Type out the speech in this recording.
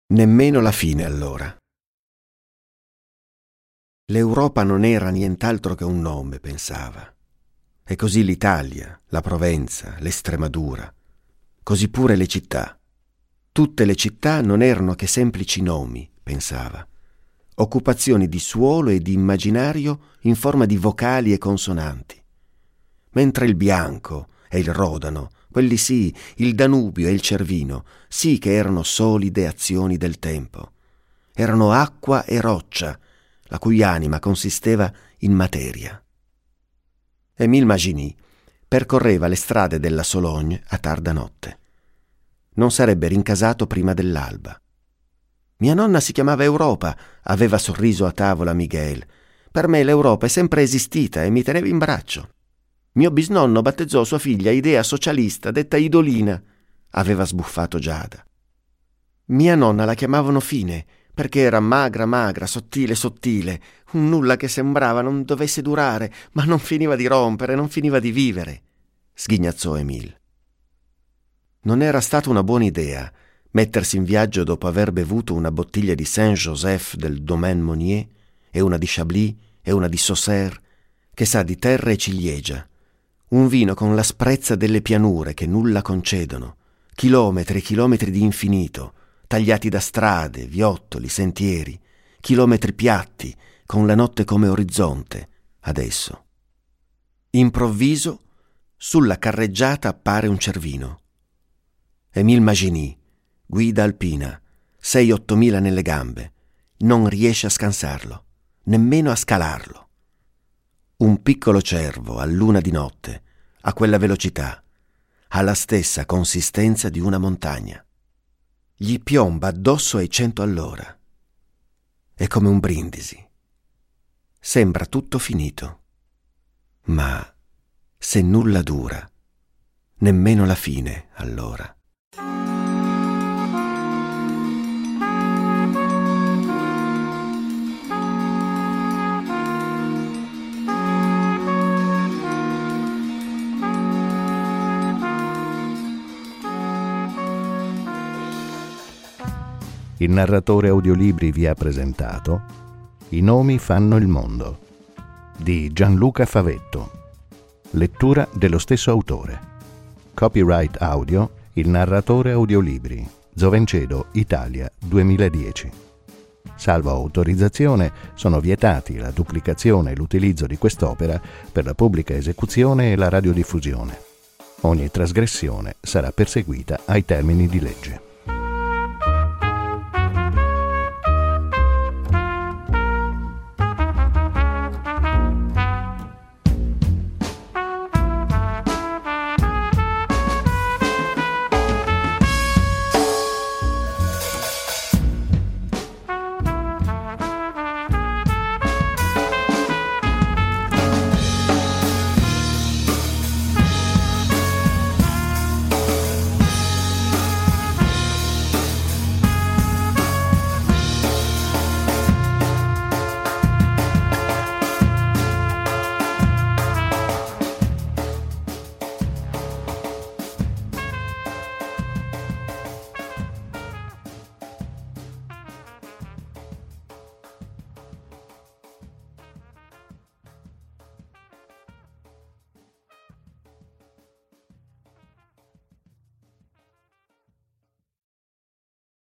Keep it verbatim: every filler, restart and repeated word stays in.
Nemmeno la fine allora. L'Europa non era nient'altro che un nome, pensava. E così l'Italia, la Provenza, l'Estremadura, così pure le città. Tutte le città non erano che semplici nomi, pensava. Occupazioni di suolo e di immaginario in forma di vocali e consonanti. Mentre il Bianco e il Rodano, quelli sì, il Danubio e il Cervino, sì che erano solide azioni del tempo. Erano acqua e roccia, la cui anima consisteva in materia. Émile Maginny percorreva le strade della Sologne a tarda notte. Non sarebbe rincasato prima dell'alba. Mia nonna si chiamava Europa, aveva sorriso a tavola Miguel. Per me l'Europa è sempre esistita e mi teneva in braccio. Mio bisnonno battezzò sua figlia idea socialista, detta Idolina, aveva sbuffato Giada. Mia nonna la chiamavano Fine, perché era magra magra, sottile sottile, un nulla che sembrava non dovesse durare, ma non finiva di rompere, non finiva di vivere, sghignazzò Émile. Non era stata una buona idea mettersi in viaggio dopo aver bevuto una bottiglia di Saint-Joseph del Domaine Monnier e una di Chablis e una di Saucerre, che sa di terra e ciliegia, un vino con l'asprezza delle pianure che nulla concedono, chilometri e chilometri di infinito, tagliati da strade, viottoli, sentieri, chilometri piatti, con la notte come orizzonte, adesso. Improvviso, sulla carreggiata appare un cervino. Émile Maginny, guida alpina, sei-ottomila nelle gambe, non riesce a scansarlo, nemmeno a scalarlo. Un piccolo cervo a luna di notte, a quella velocità, ha la stessa consistenza di una montagna. Gli piomba addosso ai cento all'ora. È come un brindisi. Sembra tutto finito. Ma se nulla dura, nemmeno la fine allora. Il narratore Audiolibri vi ha presentato I nomi fanno il mondo di Gianluca Favetto. Lettura dello stesso autore. Copyright audio Il narratore Audiolibri, Zovencedo, Italia duemiladieci. Salvo autorizzazione sono vietati la duplicazione e l'utilizzo di quest'opera per la pubblica esecuzione e la radiodiffusione. Ogni trasgressione sarà perseguita ai termini di legge.